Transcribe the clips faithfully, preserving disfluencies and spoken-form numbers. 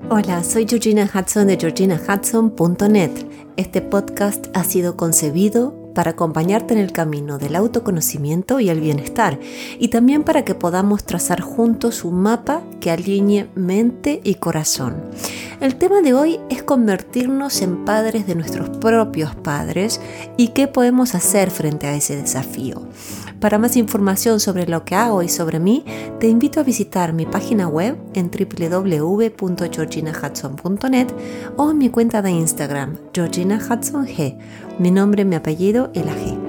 Hola, soy Georgina Hudson de georgina hudson punto net. Este podcast ha sido concebido para acompañarte en el camino del autoconocimiento y el bienestar, y también para que podamos trazar juntos un mapa que alinee mente y corazón. El tema de hoy es convertirnos en padres de nuestros propios padres y qué podemos hacer frente a ese desafío. Para más información sobre lo que hago y sobre mí, te invito a visitar mi página web en doble u doble u doble u punto georgina hudson punto net o en mi cuenta de Instagram, Georgina Hudson G. Mi nombre, mi apellido y la G.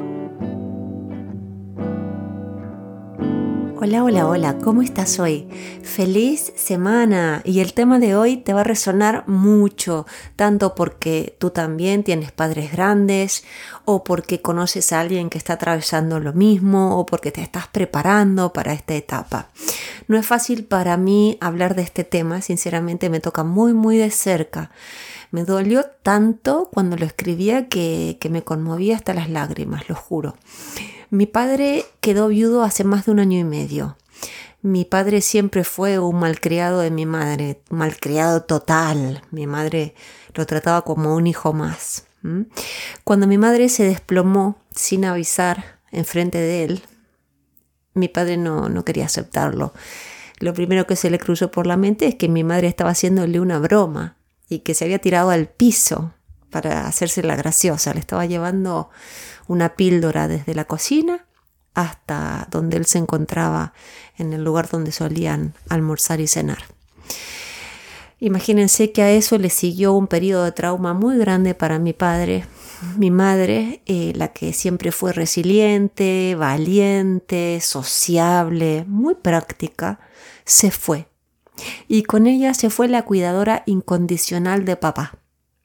Hola, hola, hola, ¿cómo estás hoy? ¡Feliz semana! Y el tema de hoy te va a resonar mucho, tanto porque tú también tienes padres grandes, o porque conoces a alguien que está atravesando lo mismo, o porque te estás preparando para esta etapa. No es fácil para mí hablar de este tema, sinceramente me toca muy, muy de cerca. Me dolió tanto cuando lo escribía que, que me conmovía hasta las lágrimas, lo juro. Mi padre quedó viudo hace más de un año y medio. Mi padre siempre fue un malcriado de mi madre, malcriado total. Mi madre lo trataba como un hijo más. ¿Mm? Cuando mi madre se desplomó sin avisar enfrente de él, mi padre no, no quería aceptarlo. Lo primero que se le cruzó por la mente es que mi madre estaba haciéndole una broma y que se había tirado al piso para hacerse la graciosa. Le estaba llevando una píldora desde la cocina hasta donde él se encontraba, en el lugar donde solían almorzar y cenar. Imagínense que a eso le siguió un periodo de trauma muy grande para mi padre. Mi madre, eh, la que siempre fue resiliente, valiente, sociable, muy práctica, se fue. Y con ella se fue la cuidadora incondicional de papá.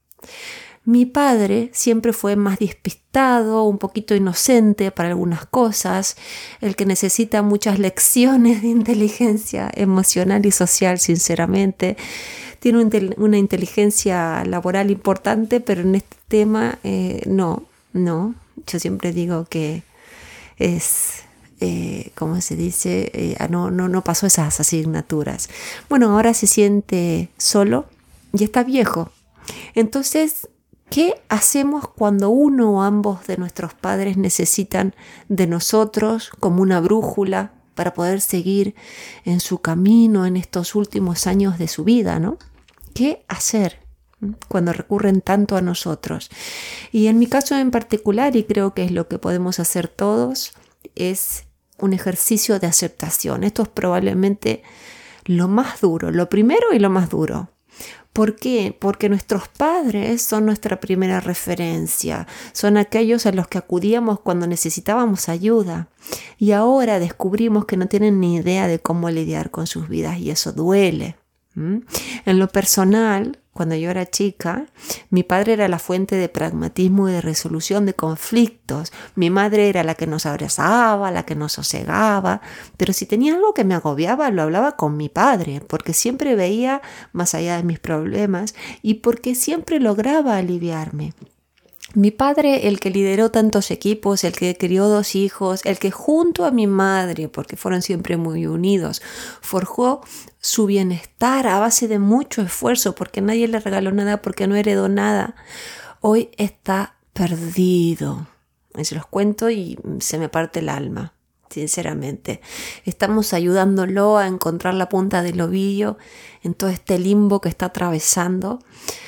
Mi padre siempre fue más despistado, un poquito inocente para algunas cosas, el que necesita muchas lecciones de inteligencia emocional y social, sinceramente. Tiene una inteligencia laboral importante, pero en este tema eh, no, no. Yo siempre digo que es, eh, ¿cómo se dice? Eh, no, no, no pasó esas asignaturas. Bueno, ahora se siente solo y está viejo. Entonces, ¿qué hacemos cuando uno o ambos de nuestros padres necesitan de nosotros como una brújula para poder seguir en su camino en estos últimos años de su vida, ¿no? ¿Qué hacer cuando recurren tanto a nosotros? Y en mi caso en particular, y creo que es lo que podemos hacer todos, es un ejercicio de aceptación. Esto es probablemente lo más duro, lo primero y lo más duro. ¿Por qué? Porque nuestros padres son nuestra primera referencia, son aquellos a los que acudíamos cuando necesitábamos ayuda y ahora descubrimos que no tienen ni idea de cómo lidiar con sus vidas y eso duele. ¿Mm? En lo personal, cuando yo era chica, mi padre era la fuente de pragmatismo y de resolución de conflictos. Mi madre era la que nos abrazaba, la que nos sosegaba. Pero si tenía algo que me agobiaba, lo hablaba con mi padre, porque siempre veía más allá de mis problemas y porque siempre lograba aliviarme. Mi padre, el que lideró tantos equipos, el que crió dos hijos, el que junto a mi madre, porque fueron siempre muy unidos, forjó su bienestar a base de mucho esfuerzo, porque nadie le regaló nada, porque no heredó nada, hoy está perdido. Y se los cuento y se me parte el alma, sinceramente. Estamos ayudándolo a encontrar la punta del ovillo en todo este limbo que está atravesando.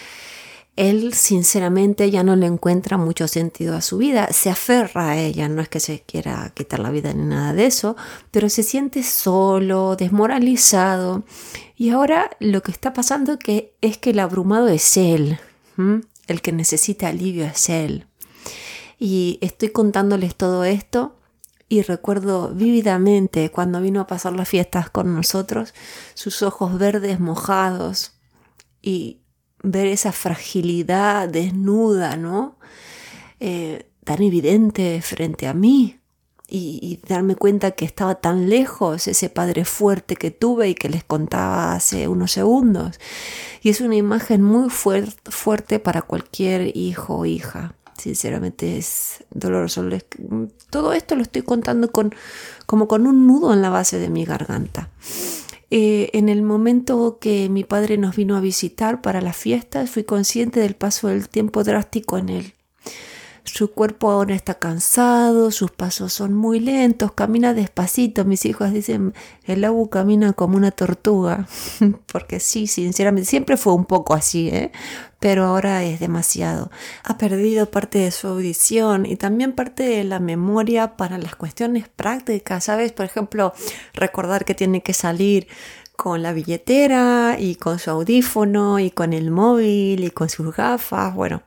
Él, sinceramente, ya no le encuentra mucho sentido a su vida. Se aferra a ella, no es que se quiera quitar la vida ni nada de eso, pero se siente solo, desmoralizado. Y ahora lo que está pasando que es que el abrumado es él. ¿Mm? El que necesita alivio es él. Y estoy contándoles todo esto y recuerdo vívidamente cuando vino a pasar las fiestas con nosotros, sus ojos verdes mojados y ver esa fragilidad desnuda, ¿no? Eh, tan evidente frente a mí y, y darme cuenta que estaba tan lejos ese padre fuerte que tuve y que les contaba hace unos segundos. Y es una imagen muy fuer- fuerte para cualquier hijo o hija. Sinceramente es doloroso. Todo esto lo estoy contando con, como con un nudo en la base de mi garganta. Eh, en el momento que mi padre nos vino a visitar para las fiestas, fui consciente del paso del tiempo drástico en él. Su cuerpo ahora está cansado, sus pasos son muy lentos, camina despacito. Mis hijos dicen, el Abu camina como una tortuga, porque sí, sinceramente, siempre fue un poco así, ¿eh? Pero ahora es demasiado. Ha perdido parte de su audición y también parte de la memoria para las cuestiones prácticas, ¿sabes? Por ejemplo, recordar que tiene que salir con la billetera y con su audífono y con el móvil y con sus gafas, bueno...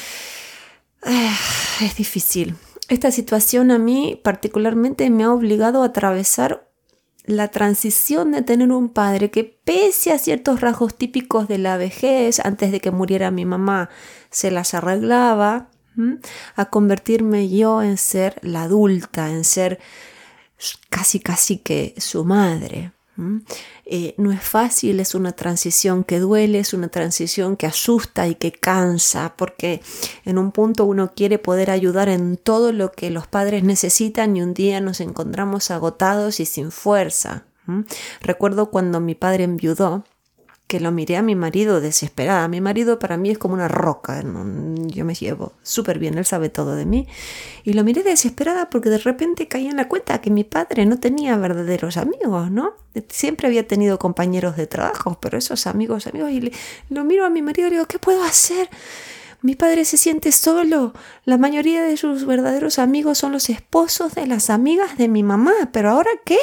Es difícil. Esta situación a mí particularmente me ha obligado a atravesar la transición de tener un padre que, pese a ciertos rasgos típicos de la vejez, antes de que muriera mi mamá, se las arreglaba, ¿m? a convertirme yo en ser la adulta, en ser casi casi que su madre. Eh, no es fácil, es una transición que duele, es una transición que asusta y que cansa, porque en un punto uno quiere poder ayudar en todo lo que los padres necesitan y un día nos encontramos agotados y sin fuerza. ¿Mm? Recuerdo cuando mi padre enviudó, que lo miré a mi marido desesperada. Mi marido para mí es como una roca, yo me llevo súper bien, él sabe todo de mí. Y lo miré desesperada porque de repente caí en la cuenta que mi padre no tenía verdaderos amigos, ¿no? Siempre había tenido compañeros de trabajo, pero esos amigos, amigos, y le, lo miro a mi marido y le digo, ¿qué puedo hacer? Mi padre se siente solo. La mayoría de sus verdaderos amigos son los esposos de las amigas de mi mamá, pero ¿ahora qué?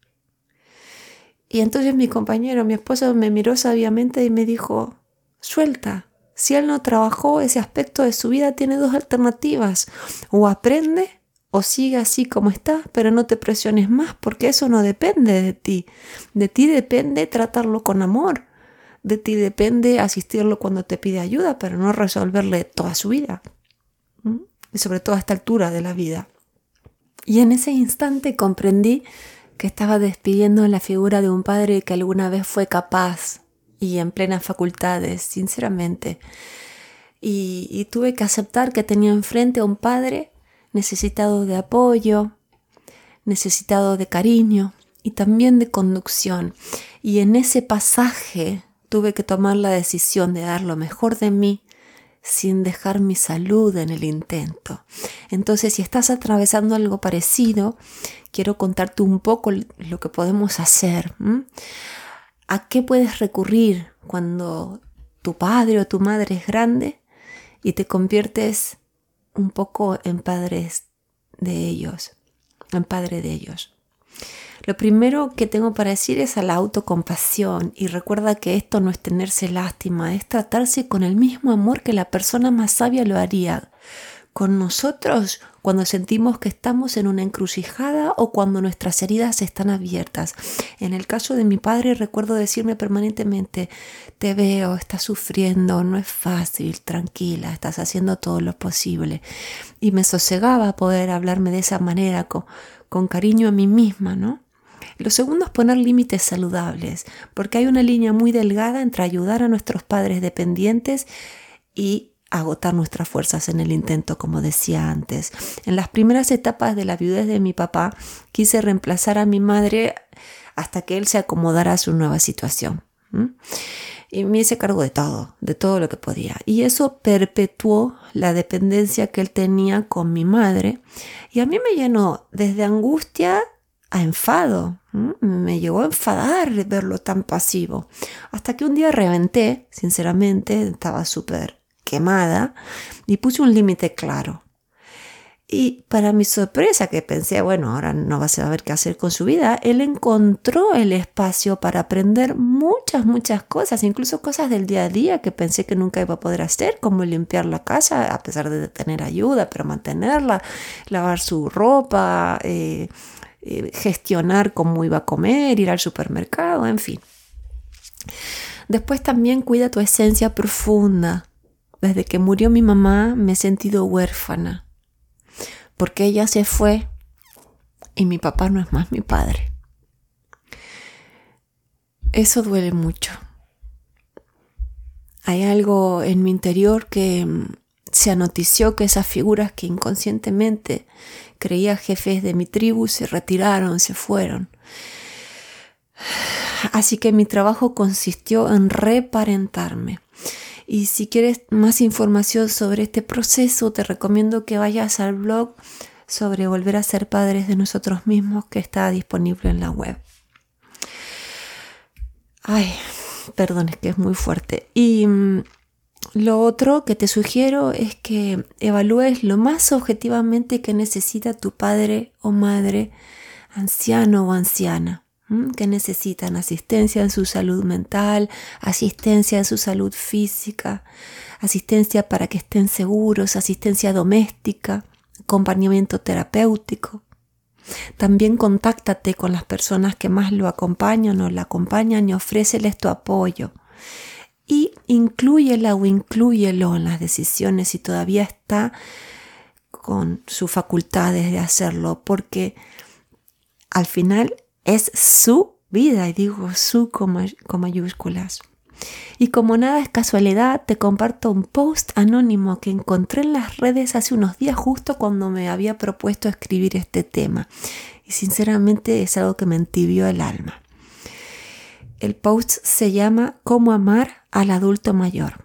Y entonces mi compañero, mi esposo, me miró sabiamente y me dijo, suelta, si él no trabajó ese aspecto de su vida, tiene dos alternativas, o aprende o sigue así como está, pero no te presiones más, porque eso no depende de ti. De ti depende tratarlo con amor, de ti depende asistirlo cuando te pide ayuda, pero no resolverle toda su vida, ¿Mm? y sobre todo a esta altura de la vida. Y en ese instante comprendí que estaba despidiendo la figura de un padre que alguna vez fue capaz y en plenas facultades, sinceramente. Y, y tuve que aceptar que tenía enfrente a un padre necesitado de apoyo, necesitado de cariño y también de conducción. Y en ese pasaje tuve que tomar la decisión de dar lo mejor de mí sin dejar mi salud en el intento. Entonces, si estás atravesando algo parecido, quiero contarte un poco lo que podemos hacer. ¿Mm? ¿A qué puedes recurrir cuando tu padre o tu madre es grande y te conviertes un poco en padres de ellos, en padre de ellos? Lo primero que tengo para decir es a la autocompasión, y recuerda que esto no es tenerse lástima, es tratarse con el mismo amor que la persona más sabia lo haría con nosotros cuando sentimos que estamos en una encrucijada o cuando nuestras heridas están abiertas. En el caso de mi padre, recuerdo decirme permanentemente, te veo, estás sufriendo, no es fácil, tranquila, estás haciendo todo lo posible. Y me sosegaba poder hablarme de esa manera, con, con cariño a mí misma, ¿no? Lo segundo es poner límites saludables, porque hay una línea muy delgada entre ayudar a nuestros padres dependientes y agotar nuestras fuerzas en el intento, como decía antes. En las primeras etapas de la viudez de mi papá, quise reemplazar a mi madre hasta que él se acomodara a su nueva situación. ¿Mm? Y me hice cargo de todo, de todo lo que podía. Y eso perpetuó la dependencia que él tenía con mi madre. Y a mí me llenó desde angustia a enfado. ¿Mm? Me llegó a enfadar verlo tan pasivo. Hasta que un día reventé, sinceramente, estaba súper quemada y puse un límite claro. Y para mi sorpresa, que pensé, bueno, ahora no va a saber qué hacer con su vida, él encontró el espacio para aprender muchas, muchas cosas, incluso cosas del día a día que pensé que nunca iba a poder hacer, como limpiar la casa, a pesar de tener ayuda, pero mantenerla, lavar su ropa, eh, eh, gestionar cómo iba a comer, ir al supermercado, en fin. Después también cuida tu esencia profunda. Desde que murió mi mamá me he sentido huérfana, porque ella se fue y mi papá no es más mi padre. Eso duele mucho. Hay algo en mi interior que se anotició que esas figuras que inconscientemente creía jefes de mi tribu se retiraron, se fueron. Así que mi trabajo consistió en reparentarme. Y si quieres más información sobre este proceso, te recomiendo que vayas al blog sobre volver a ser padres de nosotros mismos, que está disponible en la web. Ay, perdón, es que es muy fuerte. Y mmm, lo otro que te sugiero es que evalúes lo más objetivamente que necesita tu padre o madre, anciano o anciana. Que necesitan asistencia en su salud mental, asistencia en su salud física, asistencia para que estén seguros, asistencia doméstica, acompañamiento terapéutico. También contáctate con las personas que más lo acompañan o la acompañan y ofréceles tu apoyo. Y inclúyela o inclúyelo en las decisiones si todavía está con sus facultades de hacerlo, porque al final es su vida, y digo su con, may- con mayúsculas. Y como nada es casualidad, te comparto un post anónimo que encontré en las redes hace unos días, justo cuando me había propuesto escribir este tema. Y sinceramente es algo que me entibió el alma. El post se llama ¿Cómo amar al adulto mayor?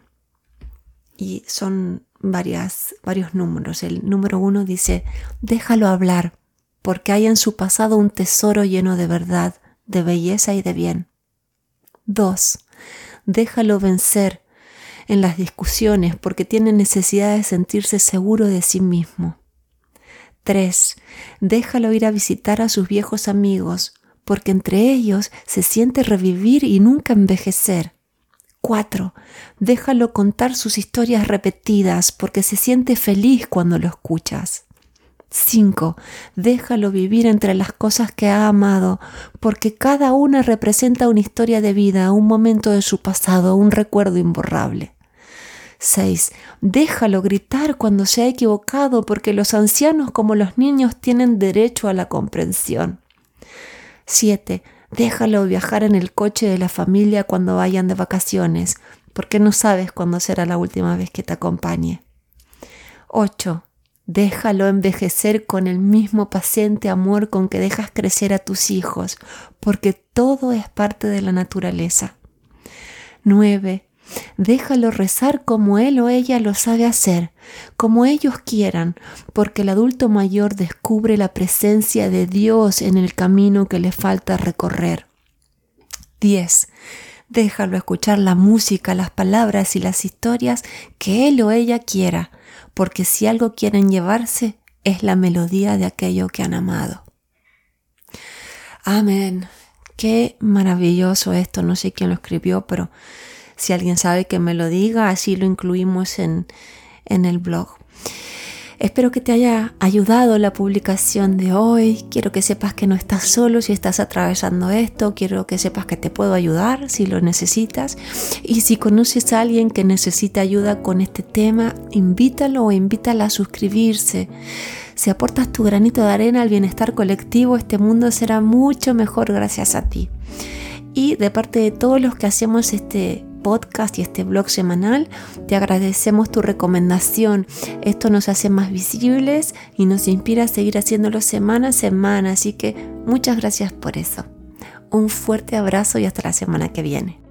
Y son varias, varios números. El número uno dice: déjalo hablar, porque hay en su pasado un tesoro lleno de verdad, de belleza y de bien. Dos, déjalo vencer en las discusiones, porque tiene necesidad de sentirse seguro de sí mismo. Tres, déjalo ir a visitar a sus viejos amigos, porque entre ellos se siente revivir y nunca envejecer. Cuatro, déjalo contar sus historias repetidas, porque se siente feliz cuando lo escuchas. Cinco, déjalo vivir entre las cosas que ha amado, porque cada una representa una historia de vida, un momento de su pasado, un recuerdo imborrable. Seis, déjalo gritar cuando se ha equivocado, porque los ancianos como los niños tienen derecho a la comprensión. Siete, déjalo viajar en el coche de la familia cuando vayan de vacaciones, porque no sabes cuándo será la última vez que te acompañe. Ocho, déjalo envejecer con el mismo paciente amor con que dejas crecer a tus hijos, porque todo es parte de la naturaleza. Nueve, déjalo rezar como él o ella lo sabe hacer, como ellos quieran, porque el adulto mayor descubre la presencia de Dios en el camino que le falta recorrer. Diez, déjalo escuchar la música, las palabras y las historias que él o ella quiera, porque si algo quieren llevarse es la melodía de aquello que han amado. Amén. Qué maravilloso esto. No sé quién lo escribió, pero si alguien sabe que me lo diga, así lo incluimos en, en el blog. Espero que te haya ayudado la publicación de hoy. Quiero que sepas que no estás solo si estás atravesando esto. Quiero que sepas que te puedo ayudar si lo necesitas. Y si conoces a alguien que necesita ayuda con este tema, invítalo o invítala a suscribirse. Si aportas tu granito de arena al bienestar colectivo, este mundo será mucho mejor gracias a ti. Y de parte de todos los que hacemos este podcast y este blog semanal, te agradecemos tu recomendación. Esto nos hace más visibles y nos inspira a seguir haciéndolo semana a semana, así que muchas gracias por eso. Un fuerte abrazo y hasta la semana que viene.